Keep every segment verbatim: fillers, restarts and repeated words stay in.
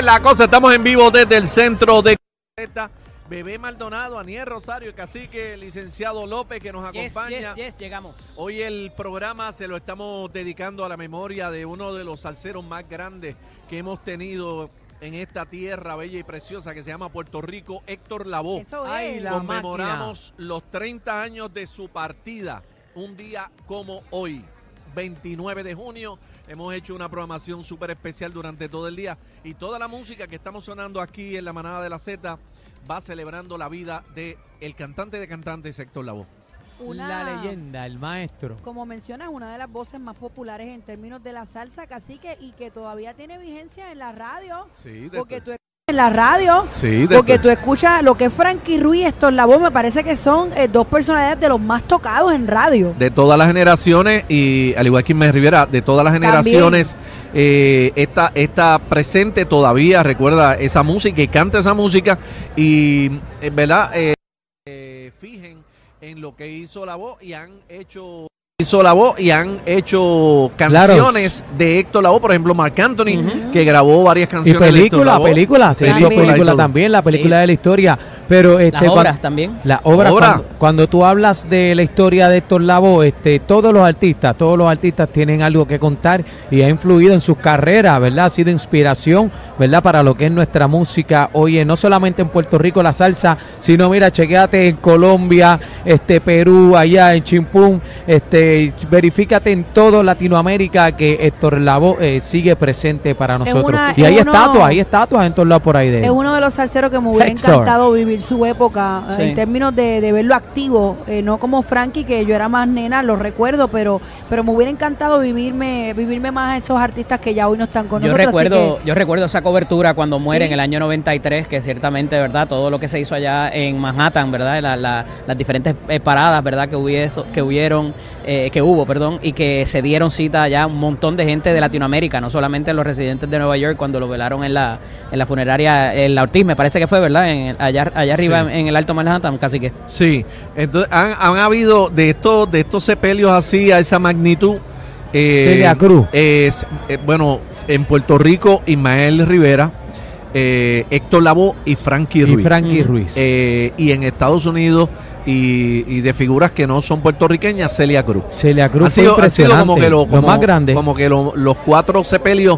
la cosa. Estamos en vivo desde el centro de Bebé Maldonado, Aniel Rosario, el cacique, licenciado López, que nos acompaña. Yes, yes, yes, llegamos. Hoy el programa se lo estamos dedicando a la memoria de uno de los salseros más grandes que hemos tenido en esta tierra bella y preciosa que se llama Puerto Rico, Héctor Lavoe. Eso es. Ay, la Conmemoramos los treinta años de su partida, un día como hoy, veintinueve de junio. Hemos hecho una programación súper especial durante todo el día y toda la música que estamos sonando aquí en la Manada de la Z va celebrando la vida de el cantante de cantantes, Héctor Lavoe. Una, la leyenda, el maestro. Como mencionas, una de las voces más populares en términos de la salsa, cacique, y que todavía tiene vigencia en la radio. Sí, de porque tú en la radio, sí, de porque tú escuchas lo que es Frankie Ruiz, Héctor Lavoe, me parece que son eh, dos personalidades de los más tocados en radio. De todas las generaciones, y al igual que Inés Rivera, de todas las generaciones, eh, está, está presente todavía, recuerda esa música y canta esa música, y eh, verdad, eh, eh, fijen en lo que hizo Lavoe y han hecho... hizo Lavoe y han hecho canciones claro. de Héctor Lavoe, por ejemplo Marc Anthony, uh-huh. que grabó varias canciones. Y película, de película, se hizo película también, la película sí. de la historia. Pero este, las obras cuando, también. Las obras, ¿Obra? cuando, cuando tú hablas de la historia de Héctor Lavoe, este, todos los artistas, todos los artistas tienen algo que contar y ha influido en sus carreras, ¿verdad? Ha sido inspiración, ¿verdad? Para lo que es nuestra música. Oye, no solamente en Puerto Rico la salsa, sino mira, chequéate en Colombia, este, Perú, allá en Chimpún, este, verifícate en todo Latinoamérica que Héctor Lavoe eh, sigue presente para nosotros. Una, y hay uno, estatuas, hay estatuas en todos lados por ahí de él. Es uno de los salseros que me hubiera Héctor. encantado vivir su época, sí. en términos de, de verlo activo, eh, no como Frankie, que yo era más nena, lo recuerdo, pero pero me hubiera encantado vivirme vivirme más a esos artistas que ya hoy no están con yo nosotros. Recuerdo, que, yo recuerdo esa cobertura cuando muere, ¿sí? en el año noventa y tres, que ciertamente, ¿verdad? Todo lo que se hizo allá en Manhattan, ¿verdad? La, la, las diferentes eh, paradas, ¿verdad? Que, hubiese, que hubieron, eh, que hubo, perdón, y que se dieron cita ya un montón de gente de Latinoamérica, no solamente los residentes de Nueva York cuando lo velaron en la en la funeraria, en la Ortiz, me parece que fue, ¿verdad? En el, allá allá arriba sí. en, en el Alto Manhattan, casi que. Sí, entonces han, han habido de estos de estos sepelios así a esa magnitud. Eh, Celia Cruz. Eh, eh, bueno, en Puerto Rico, Ismael Rivera, eh, Héctor Lavoe y Frankie Ruiz. Y Frankie Ruiz. Eh, y en Estados Unidos, y, y de figuras que no son puertorriqueñas, Celia Cruz. Celia Cruz ha sido, fue impresionante, ha sido como que lo, como, lo más grande. Como que lo, los cuatro sepelios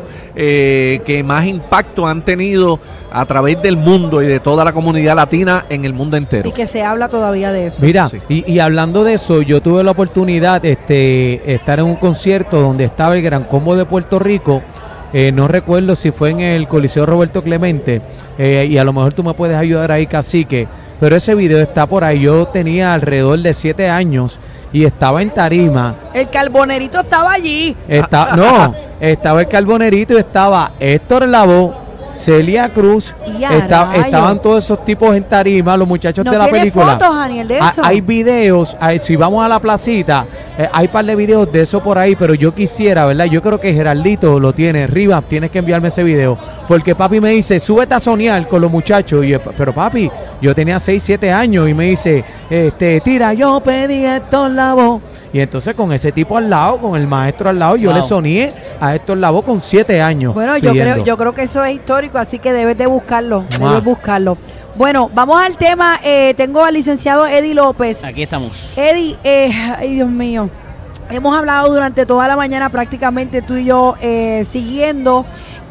eh, que más impacto han tenido a través del mundo y de toda la comunidad latina en el mundo entero. Y que se habla todavía de eso. Mira, sí. y, y hablando de eso, yo tuve la oportunidad de este, estar en un concierto donde estaba el Gran Combo de Puerto Rico. Eh, no recuerdo si fue en el Coliseo Roberto Clemente, eh, y a lo mejor tú me puedes ayudar ahí, cacique, pero ese video está por ahí. Yo tenía alrededor de siete años y estaba en tarima. El Carbonerito estaba allí. Está, no, estaba el Carbonerito y estaba Héctor Lavoe, Celia Cruz, está, estaban todos esos tipos en tarima, los muchachos ¿No de la película. Fotos, Daniel, de eso? Hay videos, hay, si vamos a la placita, eh, hay un par de videos de eso por ahí, pero yo quisiera, ¿verdad? Yo creo que Geraldito lo tiene, Rivas, tienes que enviarme ese video, porque papi me dice, súbete a soñar con los muchachos, y yo, pero papi, yo tenía seis, siete años, y me dice, este, tira, yo pedí Héctor Lavoe. Y entonces con ese tipo al lado, con el maestro al lado, yo wow. le soñé a Héctor Lavoe con siete años. Bueno, yo creo, yo creo que eso es histórico, así que debes de buscarlo, Mua. debes buscarlo. Bueno, vamos al tema. Eh, tengo al licenciado Eddie López. Aquí estamos. Eddie, eh, ay Dios mío, hemos hablado durante toda la mañana prácticamente tú y yo eh, siguiendo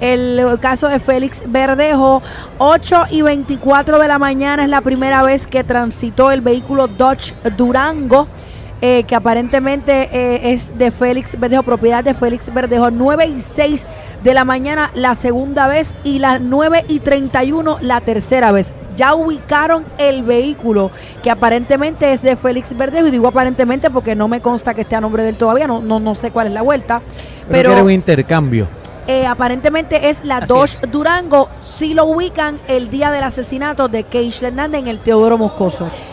el caso de Félix Verdejo. Ocho y veinticuatro de la mañana es la primera vez que transitó el vehículo Dodge Durango, Eh, que aparentemente eh, es de Félix Verdejo, propiedad de Félix Verdejo. Nueve y seis de la mañana la segunda vez y las nueve y treinta y uno la tercera vez. Ya ubicaron el vehículo que aparentemente es de Félix Verdejo, y digo aparentemente porque no me consta que esté a nombre de él todavía, no, no, no sé cuál es la vuelta. Pero, pero era un intercambio. Eh, aparentemente es la Así Dodge es. Durango. Sí lo ubican el día del asesinato de Keishla Hernández en el Teodoro Moscoso.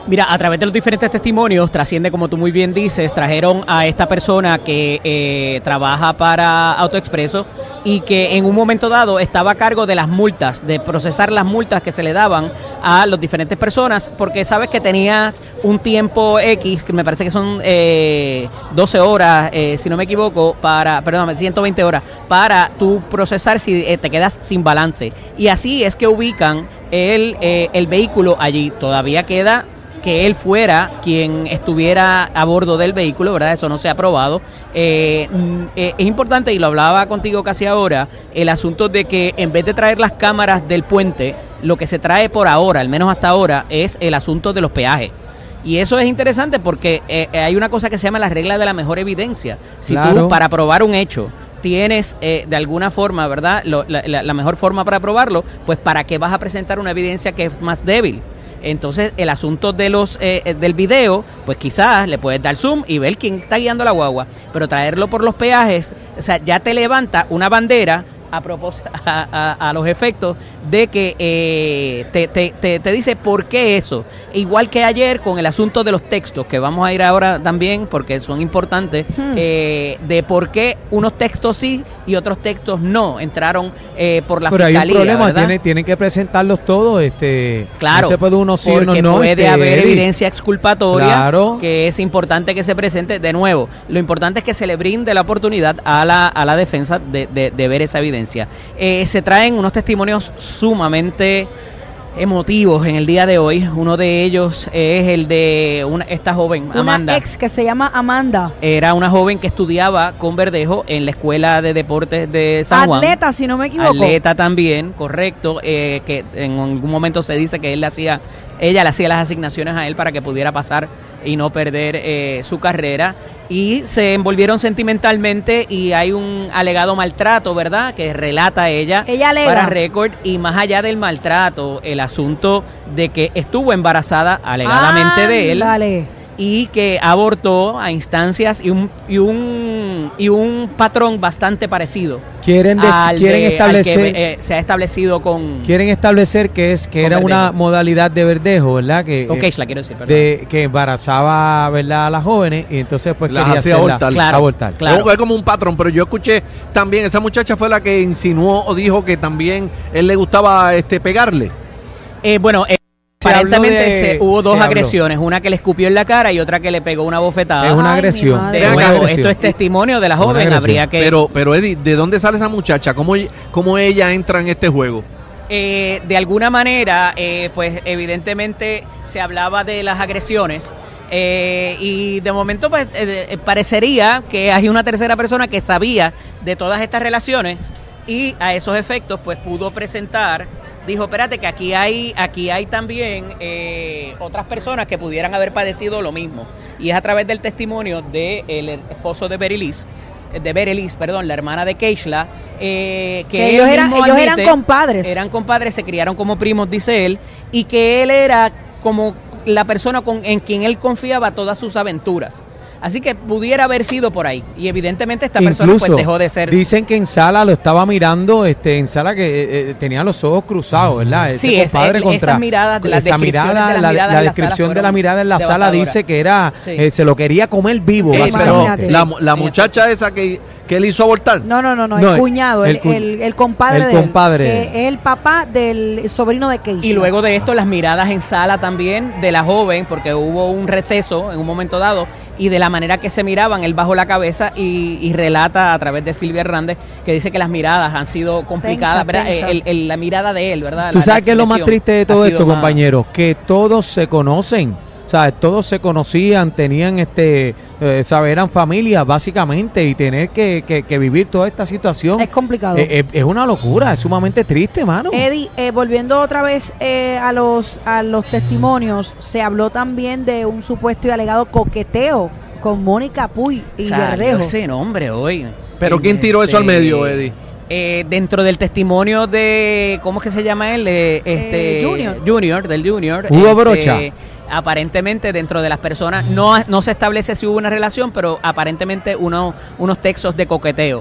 Mira, a través de los diferentes testimonios trasciende, como tú muy bien dices, trajeron a esta persona que eh, trabaja para AutoExpreso y que en un momento dado estaba a cargo de las multas, de procesar las multas que se le daban a las diferentes personas, porque sabes que tenías un tiempo X, que me parece que son eh, doce horas, eh, si no me equivoco, para, perdón, ciento veinte horas, para tú procesar si eh, te quedas sin balance. Y así es que ubican el, eh, el vehículo allí. Todavía queda que él fuera quien estuviera a bordo del vehículo, ¿verdad? Eso no se ha probado. Eh, eh, es importante, y lo hablaba contigo casi ahora, el asunto de que en vez de traer las cámaras del puente, lo que se trae por ahora, al menos hasta ahora, es el asunto de los peajes. Y eso es interesante porque eh, hay una cosa que se llama la regla de la mejor evidencia. Si Claro. tú, para probar un hecho, tienes eh, de alguna forma, ¿verdad?, Lo, la, la, la mejor forma para probarlo, pues ¿para qué vas a presentar una evidencia que es más débil? Entonces, el asunto de los eh, del video, pues quizás le puedes dar zoom y ver quién está guiando la guagua, pero traerlo por los peajes, o sea, ya te levanta una bandera a propósito a, a, a los efectos de que eh, te, te, te, te dice por qué eso. Igual que ayer con el asunto de los textos, que vamos a ir ahora también porque son importantes, hmm. eh, de por qué unos textos sí y otros textos no entraron eh, por la Pero fiscalía. hay un problema, ¿verdad? tienen, tienen que presentarlos todos, este, Claro, no se puede uno sí, uno porque no. puede este, haber Eddie. evidencia exculpatoria, Claro. que es importante que se presente. De nuevo, lo importante es que se le brinde la oportunidad a la, a la defensa de, de, de ver esa evidencia. Eh, se traen unos testimonios sumamente emotivos en el día de hoy. Uno de ellos es el de una, esta joven, una Amanda. Una ex que se llama Amanda. Era una joven que estudiaba con Verdejo en la Escuela de Deportes de San Juan. Atleta, si no me equivoco. Atleta también, correcto, eh, que en algún momento se dice que él le hacía, ella le hacía las asignaciones a él para que pudiera pasar y no perder eh, su carrera. Y se envolvieron sentimentalmente y hay un alegado maltrato, ¿verdad?, que relata ella, ella alega. Para récord. Y más allá del maltrato, el asunto de que estuvo embarazada alegadamente ah, de él. Vale. Y que abortó a instancias y un y un y un patrón bastante parecido. Quieren des, al quieren de, establecer al que, eh, se ha establecido con quieren establecer que es que era Verdejo. una modalidad de Verdejo, ¿verdad? Que Ok, eh, la quiero decir, perdón. de que embarazaba, ¿verdad?, a las jóvenes y entonces pues Las quería hacía hacerla- abortar. Claro, abortar. claro. Es como un patrón, pero yo escuché también, esa muchacha fue la que insinuó o dijo que también él le gustaba este pegarle. Eh, bueno, eh, Se aparentemente habló de- se, hubo dos se habló. agresiones, una que le escupió en la cara y otra que le pegó una bofetada. Es una Ay, agresión. mi madre. De es una nuevo, agresión. esto es testimonio de la Una joven, agresión. habría que Pero, pero Eddie, ¿de dónde sale esa muchacha? ¿Cómo, cómo ella entra en este juego? Eh, de alguna manera, eh, pues evidentemente se hablaba de las agresiones eh, y de momento pues eh, eh, parecería que hay una tercera persona que sabía de todas estas relaciones y a esos efectos pues pudo presentar, dijo, espérate que aquí hay aquí hay también eh, otras personas que pudieran haber padecido lo mismo, y es a través del testimonio del esposo de Berenice, de Berenice, perdón, la hermana de Keishla, eh, que, Que él ellos eran- mismo ellos admite, eran compadres. Eran compadres, se criaron como primos, dice él, y que él era como la persona con, en quien él confiaba todas sus aventuras. Así que pudiera haber sido por ahí. Y evidentemente esta persona Incluso pues dejó de ser... dicen que en Sala lo estaba mirando, este, en Sala que eh, eh, tenía los ojos cruzados, ¿verdad? Ese Sí, es- compadre es- contra esas miradas, las esa descripciones mirada, de las la, miradas la en la descripción sala de la fueron mirada en la sala devastadoras. dice que era Sí. eh, se lo quería comer vivo, Eh, pero básicamente. la, la muchacha esa que, que él hizo abortar. No, no, no, no, No, el cuñado, el, el cu- el, el compadre el de él, compadre. que es el papá del sobrino de Keisha. Y luego de esto, las miradas en sala también de la joven, porque hubo un receso en un momento dado, y de la manera que se miraban, él bajó la cabeza y, y relata a través de Silvia Hernández que dice que las miradas han sido complicadas, Tensa, ¿verdad? tensa. El- el- la mirada de él, ¿verdad? Tú La- sabes la qué es lo más expresión triste de ha todo sido esto, más- compañeros, que todos se conocen. O sea, todos se conocían, tenían este, eh, saber, eran familia básicamente, y tener que, que, que vivir toda esta situación Es complicado. eh, eh, es una locura, es sumamente triste, mano. Eddie, eh, volviendo otra vez eh, a los a los testimonios, se habló también de un supuesto y alegado coqueteo con Mónica Puy y Salió Verdejo. ese nombre hoy. Pero ¿quién tiró eso al medio, Eddie? Eh, dentro del testimonio de, ¿cómo es que se llama él? Eh, este, Eh, Junior. Junior, del Junior. Hugo este, Brocha. Aparentemente dentro de las personas, no, no se establece si hubo una relación, pero aparentemente uno, unos textos de coqueteo.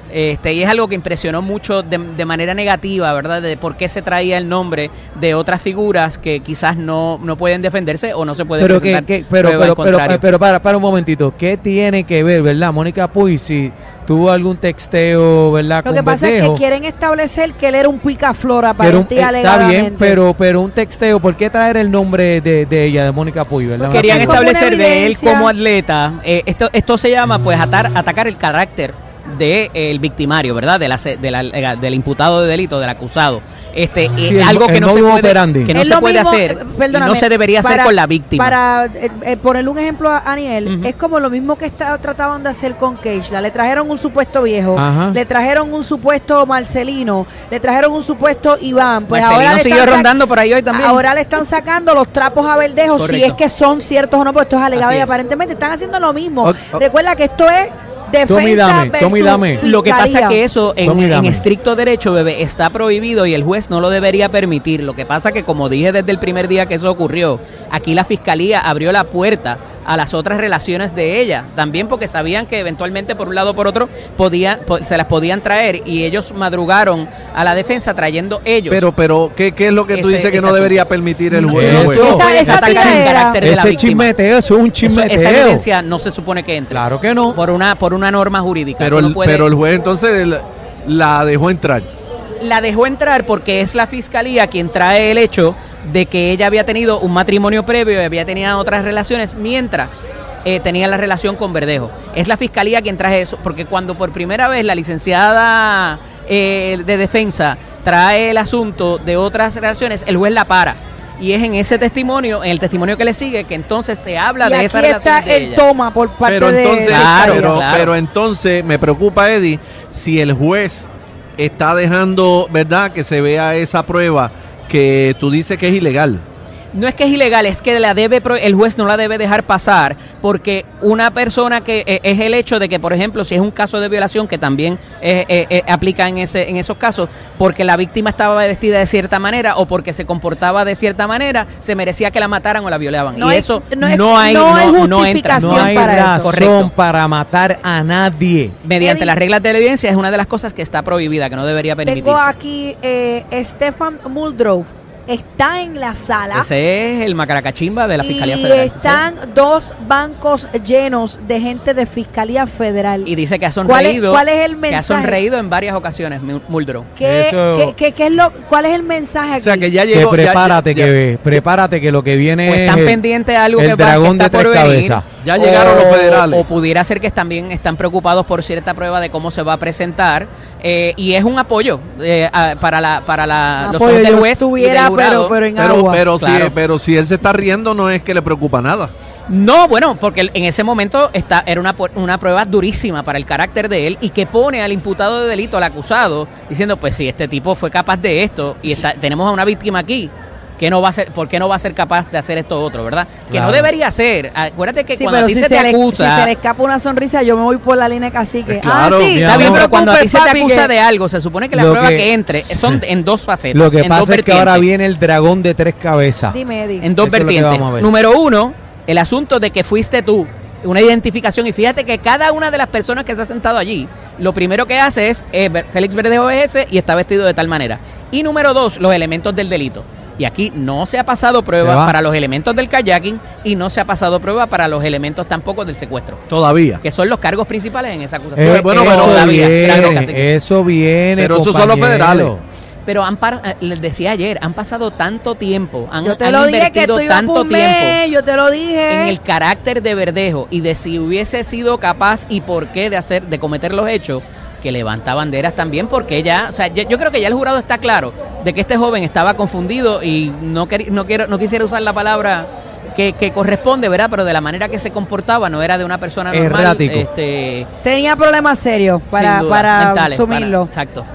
Este, y es algo que impresionó mucho de, de manera negativa, ¿verdad? De por qué se traía el nombre de otras figuras que quizás no, no pueden defenderse o no se pueden pero presentar. Que, que, pero, pero, pero, pero, pero para, para un momentito, ¿qué tiene que ver, verdad, Mónica Puig, si tuvo algún texteo, verdad, Lo con que pasa Verdejo? es que quieren establecer que él era un picaflora para Pero, ti eh, alegadamente. está bien, pero, pero un texteo, ¿por qué traer el nombre de, de ella, de Mónica Puig, verdad? Porque Querían es como una establecer de él evidencia. como atleta. Eh, esto, esto se llama, pues, atar, atacar el carácter del de, victimario, ¿verdad? De la, de la, del imputado de delito, del acusado. Este, Sí, eh, el- algo que el no se modus puede, operandi. que no Es se lo puede mismo, hacer eh, y perdóname, no se debería hacer para- con la víctima. Para eh, eh, ponerle un ejemplo a Aniel, Ujú. es como lo mismo que está, trataban de hacer con Keishla. Le trajeron un supuesto viejo, Ajá. le trajeron un supuesto Marcelino, le trajeron un supuesto Iván. Pues Marcelino ahora le siguió están sac- rondando por ahí hoy también. Ahora le están sacando los trapos a Verdejo, si Correcto. es que son ciertos o no, porque esto es alegado Así y es. aparentemente están haciendo lo mismo. Ok, ok. Recuerda que esto es defensa Tommy, dame, versus Tommy, dame. Lo que pasa es fiscalía. que eso en, Tommy, en dame. estricto derecho, bebé, está prohibido y el juez no lo debería permitir. Lo que pasa que, como dije desde el primer día que eso ocurrió, aquí la fiscalía abrió la puerta a las otras relaciones de ella, también porque sabían que eventualmente por un lado o por otro podía, po- se las podían traer y ellos madrugaron a la defensa trayendo ellos. Pero, pero, ¿qué, qué es lo que tú Ese- dices que ese no debería asunto. permitir el No, juez? eso. el juez? no Esa- puedes esa atacar el tiradera. carácter de la Ese víctima. chismeteo, eso es un Eso- chismeteo. esa evidencia no se supone que entre. Claro que no. Por una, por una norma jurídica. Pero, Tú no el, puedes- pero el juez entonces la, la dejó entrar. la dejó entrar porque es la fiscalía quien trae el hecho de que ella había tenido un matrimonio previo y había tenido otras relaciones mientras eh, tenía la relación con Verdejo. Es la fiscalía quien trae eso, porque cuando por primera vez la licenciada eh, de defensa trae el asunto de otras relaciones, el juez la para. Y es en ese testimonio, en el testimonio que le sigue, que entonces se habla Y de aquí esa está relación de el ella. toma por parte Pero de entonces, Claro, pero, claro. pero entonces me preocupa, Eddie, si el juez está dejando, ¿verdad?, que se vea esa prueba que tú dices que es ilegal. No es que es ilegal, es que la debe pro- el juez no la debe dejar pasar, porque una persona que eh, es el hecho de que, por ejemplo, si es un caso de violación, que también eh, eh, eh, aplica en ese en esos casos, porque la víctima estaba vestida de cierta manera o porque se comportaba de cierta manera, se merecía que la mataran o la violaban. No y hay- eso no es- no hay no hay no, no entra. justificación No hay para eso. razón Correcto. para matar a nadie. Mediante Eddie, las reglas de la evidencia es una de las cosas que está prohibida, que no debería permitirse. Tengo aquí eh, Stefan Muldrow. Está en la sala. Ese es el macaracachimba de la Fiscalía y Federal. están dos bancos llenos de gente de Fiscalía Federal. Y dice que ha ¿Cuál es- sonreído. cuál es el Que ha mensaje? sonreído en varias ocasiones, Mul- Muldrow. ¿Qué, Eso- qué- qué- qué es lo, ¿Cuál es el mensaje aquí? O sea, que ya Que llegó. ya- prepárate, ya- que prepárate que lo que viene O están es el- pendientes de algo el que, va- que dragón está de tres por venir, cabezas. Ya llegaron los federales. O pudiera ser que también están preocupados por cierta prueba de cómo se va a presentar. eh, y es un apoyo eh, a- para la para la, los Apoyo, ojos del yo juez y estuviera, del jurado. pero, pero en Pero, agua. pero, Claro. si, pero si él se está riendo, no es que le preocupa nada. No, bueno, porque en ese momento está, era una, pu- una prueba durísima para el carácter de él y que pone al imputado de delito, al acusado, diciendo, pues si este tipo fue capaz de esto y está, tenemos a una víctima aquí, ¿qué no va a ser, ¿por qué no va a ser capaz de hacer esto otro, verdad? Que Claro. no debería ser. Acuérdate que Sí, cuando a pero ti si se te se, le, acusa... si se le escapa una sonrisa, yo me voy por la línea cacique. Claro, ah, sí, mi Está amor. bien, no pero cuando a ti preocupes, se te papi, acusa que- de algo, se supone que la Lo prueba que- que, entre son en dos facetas. Lo que en pasa dos es que ahora vertientes. viene el dragón de tres cabezas. Dime, Eddie. En dos Eso es lo que vertientes. vamos a ver. Número uno, el asunto de que fuiste tú, una identificación. Y fíjate que cada una de las personas que se ha sentado allí, lo primero que hace es, eh, Ver- Félix Verdejo es ese y está vestido de tal manera. Y número dos, los elementos del delito. Y aquí no se ha pasado Se prueba va. para los elementos del kayaking y no se ha pasado prueba para los elementos tampoco del secuestro, Todavía. que son los cargos principales en esa acusación. Eh, bueno, eso, pero todavía, gracias, viene, cacique. eso viene, Pero esos son los compañero. federales. Pero han par- eh, les decía ayer, han pasado tanto tiempo, han, Yo te han lo dije que invertido tú ibas tanto por un tiempo mes, yo te lo dije. en el carácter de Verdejo y de si hubiese sido capaz y por qué de hacer, de cometer los hechos, que levanta banderas también, porque ya, o sea, ya- yo creo que ya el jurado está claro de que este joven estaba confundido y no queri- no quiero, no quisiera usar la palabra que, que corresponde, ¿verdad? Pero de la manera que se comportaba no era de una persona normal. Errático. Este, Tenía problemas serios para, sin duda, para mentales, asumirlo. para- exacto.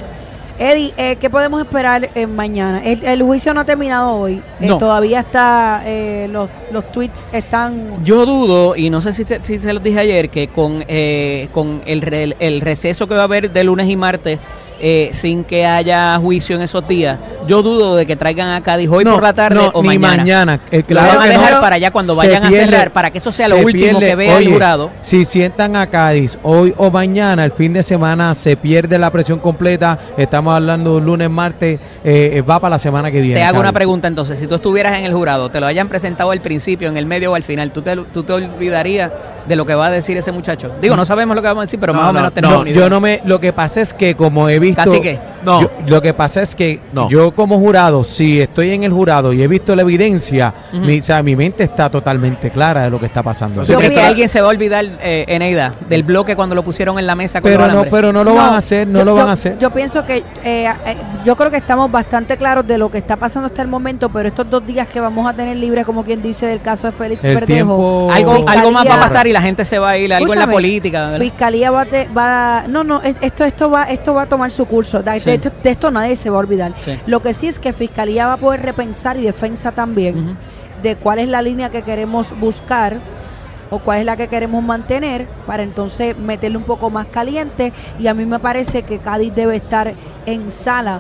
Eddie, eh, ¿qué podemos esperar eh, mañana? El, el juicio no ha terminado hoy. Eh, No. todavía está, eh, los, los tweets están... Yo dudo, y no sé si, se- si se los dije ayer, que con, eh, con el, re- el receso que va a haber de lunes y martes, eh, sin que haya juicio en esos días, yo dudo de que traigan a Cádiz hoy No, por la tarde no, o ni mañana. mañana. Eh, Lo claro van a que no. dejar para allá cuando Se vayan a pierde- cerrar, para que eso sea lo se último pierde- que vea oye, el jurado. Si sientan a Cádiz hoy o mañana, el fin de semana se pierde la presión completa. Estamos hablando lunes, martes, eh, va para la semana que viene. Te hago Cádiz. una pregunta entonces, si tú estuvieras en el jurado, te lo hayan presentado al principio, en el medio o al final, ¿tú te, tú te olvidarías de lo que va a decir ese muchacho? Digo, no sabemos lo que vamos a decir, pero No, más o no, menos tenemos No, una idea. yo no me. Lo que pasa es que como he visto. Casi que. No. yo- lo que pasa es que No. yo como jurado, si estoy en el jurado y he visto la evidencia, Ujú. mi, o sea, mi mente está totalmente clara de lo que está pasando. Yo ¿Tú crees que pienso- alguien se va a olvidar, eh, Eneida, del bloque cuando lo pusieron en la mesa con pero los no, alambres? pero no lo van a hacer, no yo- lo van yo- a hacer. Yo pienso que, eh, eh, yo creo que estamos bastante claros de lo que está pasando hasta el momento, pero estos dos días que vamos a tener libres, como quien dice, del caso de Félix El Verdejo, tiempo. Algo, Fiscalía- algo más va a pasar y la gente se va a ir, algo en la Escúchame, política. ¿verdad? Fiscalía va, a te- va no, no, es- esto, esto va, esto va a tomar su curso. De, Sí. de esto, de esto nadie se va a olvidar. Sí. Lo que sí es que Fiscalía va a poder repensar y defensa también Ujú. de cuál es la línea que queremos buscar o cuál es la que queremos mantener para entonces meterle un poco más caliente, y a mí me parece que Cádiz debe estar en sala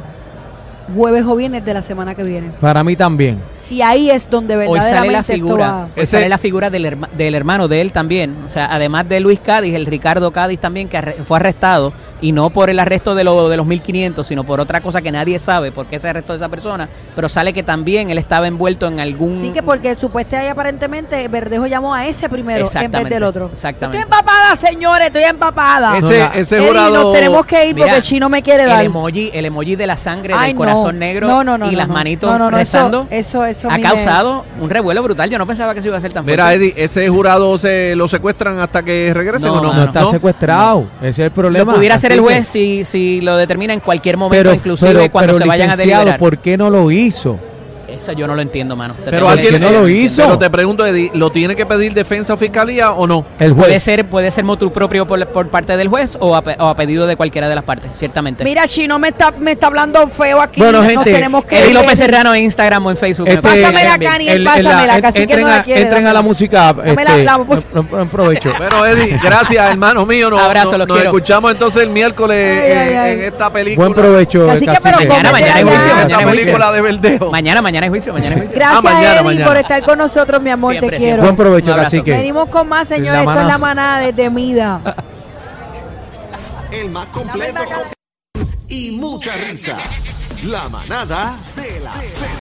jueves o viernes de la semana que viene, Para mí también. y ahí es donde Hoy sale la verdaderamente esto figura, va. hoy Ese- sale la figura del, herma- del hermano de él también, o sea, además de Luis Cádiz, el Ricardo Cádiz también, que arre- fue arrestado, y no por el arresto de, lo, de los mil quinientos, sino por otra cosa que nadie sabe por qué se arrestó a esa persona, pero sale que también él estaba envuelto en algún... Sí, que porque supuestamente aparentemente Verdejo llamó a ese primero en vez Exactamente, del otro. exactamente. Estoy empapada, señores, estoy empapada. Ese, No, la- ese Eddie, jurado. nos tenemos que ir porque Mira, el chino me quiere el dar. emoji, el emoji de la sangre, Ay, del no. corazón negro No, no, no, y no, las no. manitos No, no, no, eso- rezando, eso- eso a ha mí me- causado un revuelo brutal. Yo no pensaba que se iba a hacer tan fuerte. Mira, Eddie, ¿ese jurado se lo secuestran hasta que regresen No, o no? No mano. está secuestrado. Ese es el Lo problema. pudiera hacer Así el que- juez si, si lo determina en cualquier momento, Pero, inclusive pero, cuando pero se vayan a licenciado, deliberar. ¿por qué no lo hizo? Eso yo no lo entiendo, mano. Te Pero tengo que alguien ¿por qué no lo hizo? Pero te pregunto, Eddie, ¿lo tiene que pedir defensa o fiscalía o no? El juez. Puede ser, puede ser motu propio por, por parte del juez o a, pe- o a pedido de cualquiera de las partes, ciertamente. Mira, chino me está, me está hablando feo aquí. Bueno, nos gente, tenemos que Eddie ir. López Serrano en Instagram o en Facebook. me Este, parece que Pásamela, caen bien. Cani. el- pásamela, el- la- casi que entren no la a, quiere, entren a dámela. la música. Dámela, Este, la- en- en- en provecho. Bueno, Eddie, gracias, hermano mío. Nos, Abrazo, nos- los nos quiero. escuchamos entonces el miércoles Ay, ay, en, ay. en esta película. Buen provecho. Así que, cacique. pero Mañana, mañana hay cómetela juicio, ya. mañana Esta hay juicio. película de Verdejo. Mañana, mañana hay juicio, mañana hay juicio. Gracias, Ah, mañana, Eddie, mañana. por estar con nosotros, mi amor. Siempre, te siempre. quiero. Buen provecho, Un abrazo. cacique. Venimos con más, señores. La Esto es la manada. manada desde Mida. El más completo y mucha risa. La manada de la Z.